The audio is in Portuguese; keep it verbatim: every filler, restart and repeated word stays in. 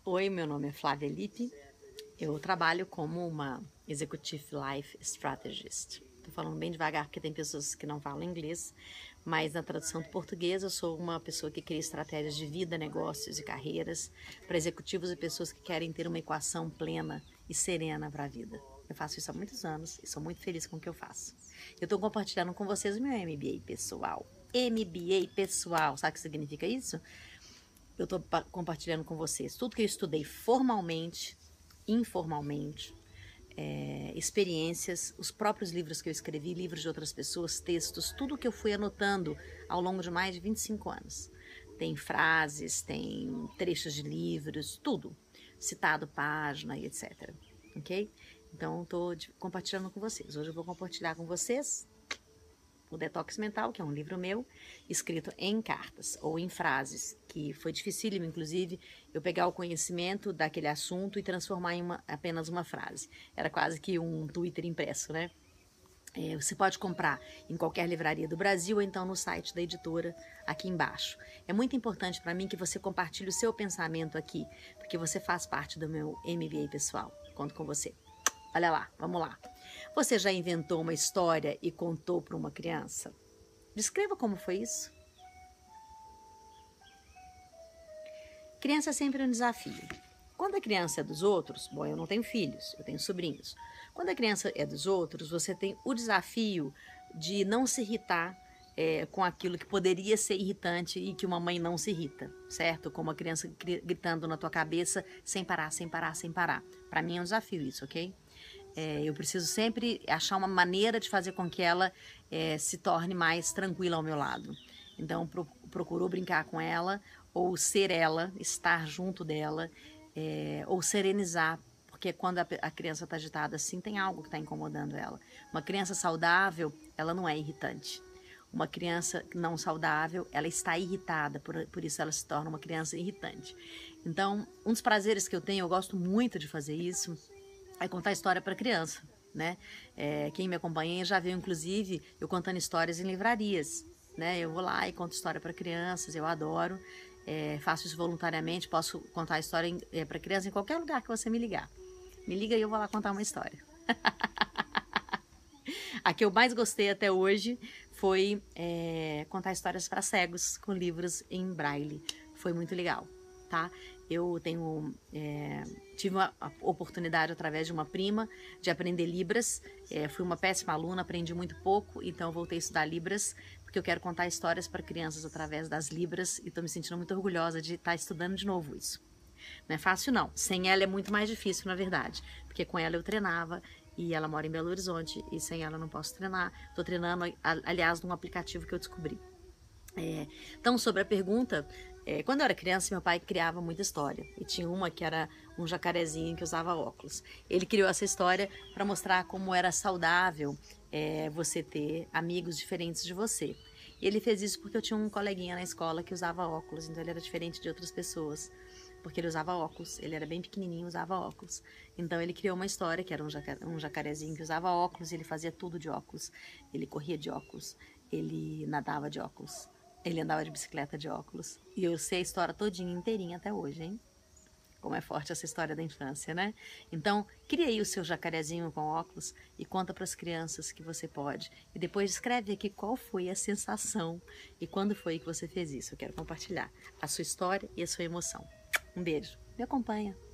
Oi, meu nome é Flávia Lippe, eu trabalho como uma Executive Life Strategist. Estou falando bem devagar porque tem pessoas que não falam inglês, mas na tradução do português eu sou uma pessoa que cria estratégias de vida, negócios e carreiras para executivos e pessoas que querem ter uma equação plena e serena para a vida. Eu faço isso há muitos anos e sou muito feliz com o que eu faço. Eu estou compartilhando com vocês o meu M B A pessoal. M B A pessoal, sabe o que significa isso? Eu estou compartilhando com vocês tudo que eu estudei formalmente, informalmente, é, experiências, os próprios livros que eu escrevi, livros de outras pessoas, textos, tudo que eu fui anotando ao longo de mais de vinte e cinco anos. Tem frases, tem trechos de livros, tudo, citado página e etcétera. Ok? Então, estou compartilhando com vocês. Hoje eu vou compartilhar com vocês o Detox Mental, que é um livro meu, escrito em cartas ou em frases, que foi dificílimo, inclusive, eu pegar o conhecimento daquele assunto e transformar em uma, apenas uma frase. Era quase que um Twitter impresso, né? É, você pode comprar em qualquer livraria do Brasil ou então no site da editora aqui embaixo. É muito importante para mim que você compartilhe o seu pensamento aqui, porque você faz parte do meu M B A pessoal. Conto com você. Olha lá, vamos lá. Você já inventou uma história e contou para uma criança? Descreva como foi isso. Criança é sempre um desafio. Quando a criança é dos outros, bom, eu não tenho filhos, eu tenho sobrinhos. Quando a criança é dos outros, você tem o desafio de não se irritar é, com aquilo que poderia ser irritante e que uma mãe não se irrita, certo? Como a criança gritando na tua cabeça sem parar, sem parar, sem parar. Para mim é um desafio isso, ok? É, eu preciso sempre achar uma maneira de fazer com que ela é, se torne mais tranquila ao meu lado. Então, pro, procuro brincar com ela, ou ser ela, estar junto dela, é, ou serenizar, porque quando a, a criança está agitada assim, tem algo que está incomodando ela. Uma criança saudável, ela não é irritante. Uma criança não saudável, ela está irritada, por, por isso ela se torna uma criança irritante. Então, um dos prazeres que eu tenho, eu gosto muito de fazer isso, é contar história para criança, né? É, quem me acompanha já viu, inclusive, eu contando histórias em livrarias, né? Eu vou lá e conto história para crianças, eu adoro, é, faço isso voluntariamente, posso contar história é, para criança em qualquer lugar que você me ligar. Me liga e eu vou lá contar uma história. A que eu mais gostei até hoje foi é, contar histórias para cegos com livros em braille. Foi muito legal, tá? Eu tenho, é, tive uma oportunidade através de uma prima de aprender Libras. É, fui uma péssima aluna, aprendi muito pouco, então voltei a estudar Libras, porque eu quero contar histórias para crianças através das Libras e estou me sentindo muito orgulhosa de estar estudando de novo isso. Não é fácil não, sem ela é muito mais difícil na verdade, porque com ela eu treinava e ela mora em Belo Horizonte e sem ela eu não posso treinar. Estou treinando, aliás, num aplicativo que eu descobri. É, então, sobre a pergunta, é, quando eu era criança, meu pai criava muita história. E tinha uma que era um jacarezinho que usava óculos. Ele criou essa história para mostrar como era saudável é, você ter amigos diferentes de você. E ele fez isso porque eu tinha um coleguinha na escola que usava óculos, então ele era diferente de outras pessoas. Porque ele usava óculos, ele era bem pequenininho e usava óculos. Então ele criou uma história que era um, jaca um jacarezinho que usava óculos e ele fazia tudo de óculos. Ele corria de óculos, ele nadava de óculos. Ele andava de bicicleta de óculos. E eu sei a história todinha, inteirinha até hoje, hein? Como é forte essa história da infância, né? Então, cria aí o seu jacarezinho com óculos e conta para as crianças que você pode. E depois escreve aqui qual foi a sensação e quando foi que você fez isso. Eu quero compartilhar a sua história e a sua emoção. Um beijo. Me acompanha.